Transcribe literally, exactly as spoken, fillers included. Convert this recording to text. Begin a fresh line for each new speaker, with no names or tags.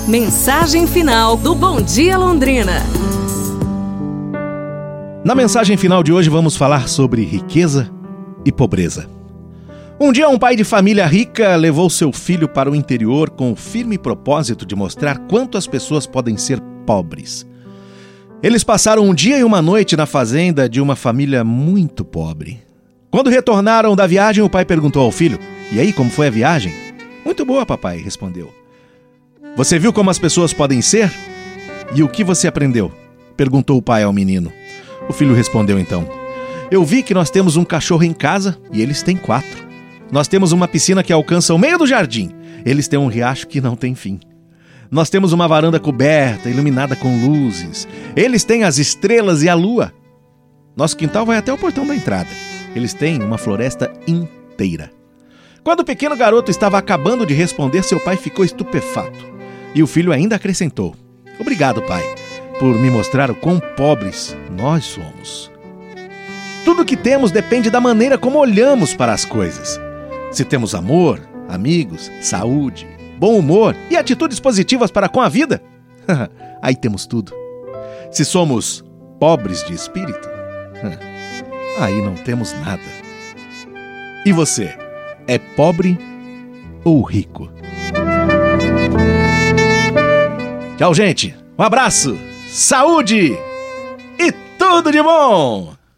Mensagem final do Bom Dia Londrina.
Na mensagem final de hoje vamos falar sobre riqueza e pobreza. Um dia um pai de família rica levou seu filho para o interior com o firme propósito de mostrar quanto as pessoas podem ser pobres. Eles passaram um dia e uma noite na fazenda de uma família muito pobre. Quando retornaram da viagem, o pai perguntou ao filho: "E aí, como foi a viagem?" "Muito boa, papai", respondeu. "Você viu como as pessoas podem ser? E o que você aprendeu?" perguntou o pai ao menino. O filho respondeu então: "Eu vi que nós temos um cachorro em casa e eles têm quatro. Nós temos uma piscina que alcança o meio do jardim. Eles têm um riacho que não tem fim. Nós temos uma varanda coberta, iluminada com luzes. Eles têm as estrelas e a lua. Nosso quintal vai até o portão da entrada. Eles têm uma floresta inteira." Quando o pequeno garoto estava acabando de responder, seu pai ficou estupefato. E o filho ainda acrescentou: "Obrigado, pai, por me mostrar o quão pobres nós somos." Tudo que temos depende da maneira como olhamos para as coisas. Se temos amor, amigos, saúde, bom humor e atitudes positivas para com a vida, aí temos tudo. Se somos pobres de espírito, aí não temos nada. E você, é pobre ou rico? Tchau, gente. Um abraço, saúde e tudo de bom!